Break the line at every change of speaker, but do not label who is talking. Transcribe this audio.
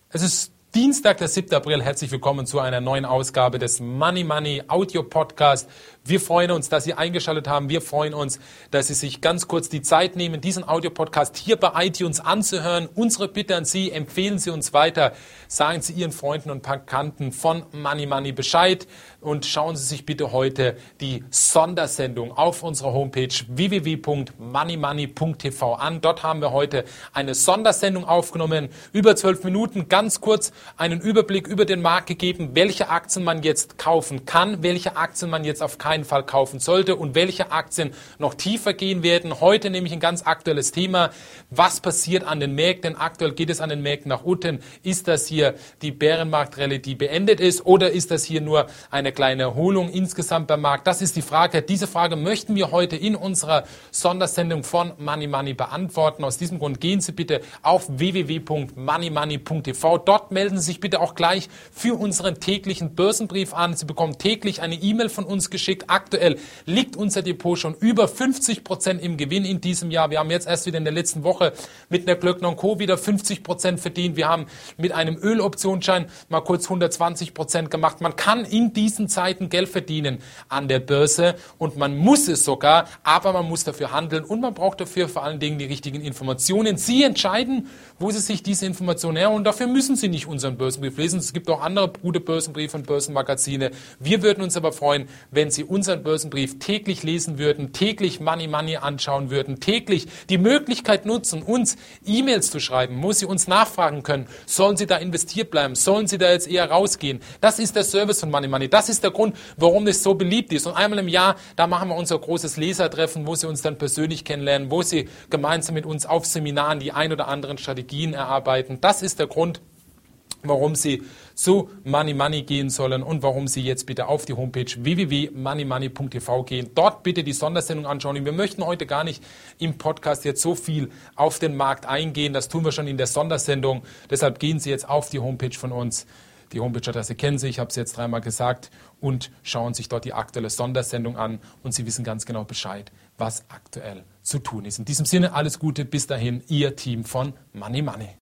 Es ist Dienstag, der 7. April. Herzlich willkommen zu einer neuen Ausgabe des Money Money Audio Podcast. Wir freuen uns, dass Sie eingeschaltet haben. Wir freuen uns, dass Sie sich ganz kurz die Zeit nehmen, diesen Audio-Podcast hier bei iTunes anzuhören. Unsere Bitte an Sie, empfehlen Sie uns weiter. Sagen Sie Ihren Freunden und Bekannten von Money Money Bescheid. Und schauen Sie sich bitte heute die Sondersendung auf unserer Homepage www.moneymoney.tv an. Dort haben wir heute eine Sondersendung aufgenommen, über 12 Minuten, ganz kurz einen Überblick über den Markt gegeben, welche Aktien man jetzt kaufen kann, welche Aktien man jetzt auf keinen Fall kaufen sollte und welche Aktien noch tiefer gehen werden. Heute nämlich ein ganz aktuelles Thema. Was passiert an den Märkten? Aktuell geht es an den Märkten nach unten. Ist das hier die Bärenmarktrallye, die beendet ist, oder ist das hier nur eine kleine Erholung insgesamt beim Markt? Das ist die Frage. Diese Frage möchten wir heute in unserer Sondersendung von Money Money beantworten. Aus diesem Grund gehen Sie bitte auf www.moneymoney.tv. Dort melden Sie sich bitte auch gleich für unseren täglichen Börsenbrief an. Sie bekommen täglich eine E-Mail von uns geschickt. Aktuell liegt unser Depot schon über 50% im Gewinn in diesem Jahr. Wir haben jetzt erst wieder in der letzten Woche mit einer Glöckner & Co. wieder 50% verdient. Wir haben mit einem Öloptionsschein mal kurz 120% gemacht. Man kann in diesen Zeiten Geld verdienen an der Börse und man muss es sogar, aber man muss dafür handeln und man braucht dafür vor allen Dingen die richtigen Informationen. Sie entscheiden, wo Sie sich diese Informationen her und dafür müssen Sie nicht unseren Börsenbrief lesen. Es gibt auch andere gute Börsenbriefe und Börsenmagazine. Wir würden uns aber freuen, wenn Sie unseren Börsenbrief täglich lesen würden, täglich Money Money anschauen würden, täglich die Möglichkeit nutzen, uns E-Mails zu schreiben, wo Sie uns nachfragen können, sollen Sie da investiert bleiben, sollen Sie da jetzt eher rausgehen. Das ist der Service von Money Money. Das ist der Grund, warum es so beliebt ist. Und einmal im Jahr, da machen wir unser großes Lesertreffen, wo Sie uns dann persönlich kennenlernen, wo Sie gemeinsam mit uns auf Seminaren die ein oder anderen Strategien erarbeiten. Das ist der Grund, warum Sie zu Money Money gehen sollen und warum Sie jetzt bitte auf die Homepage www.moneymoney.tv gehen. Dort bitte die Sondersendung anschauen. Und wir möchten heute gar nicht im Podcast jetzt so viel auf den Markt eingehen. Das tun wir schon in der Sondersendung. Deshalb gehen Sie jetzt auf die Homepage von uns. Die Homepage-Adresse kennen Sie, ich habe es jetzt dreimal gesagt, und schauen sich dort die aktuelle Sondersendung an und Sie wissen ganz genau Bescheid, was aktuell zu tun ist. In diesem Sinne alles Gute, bis dahin, Ihr Team von Money Money.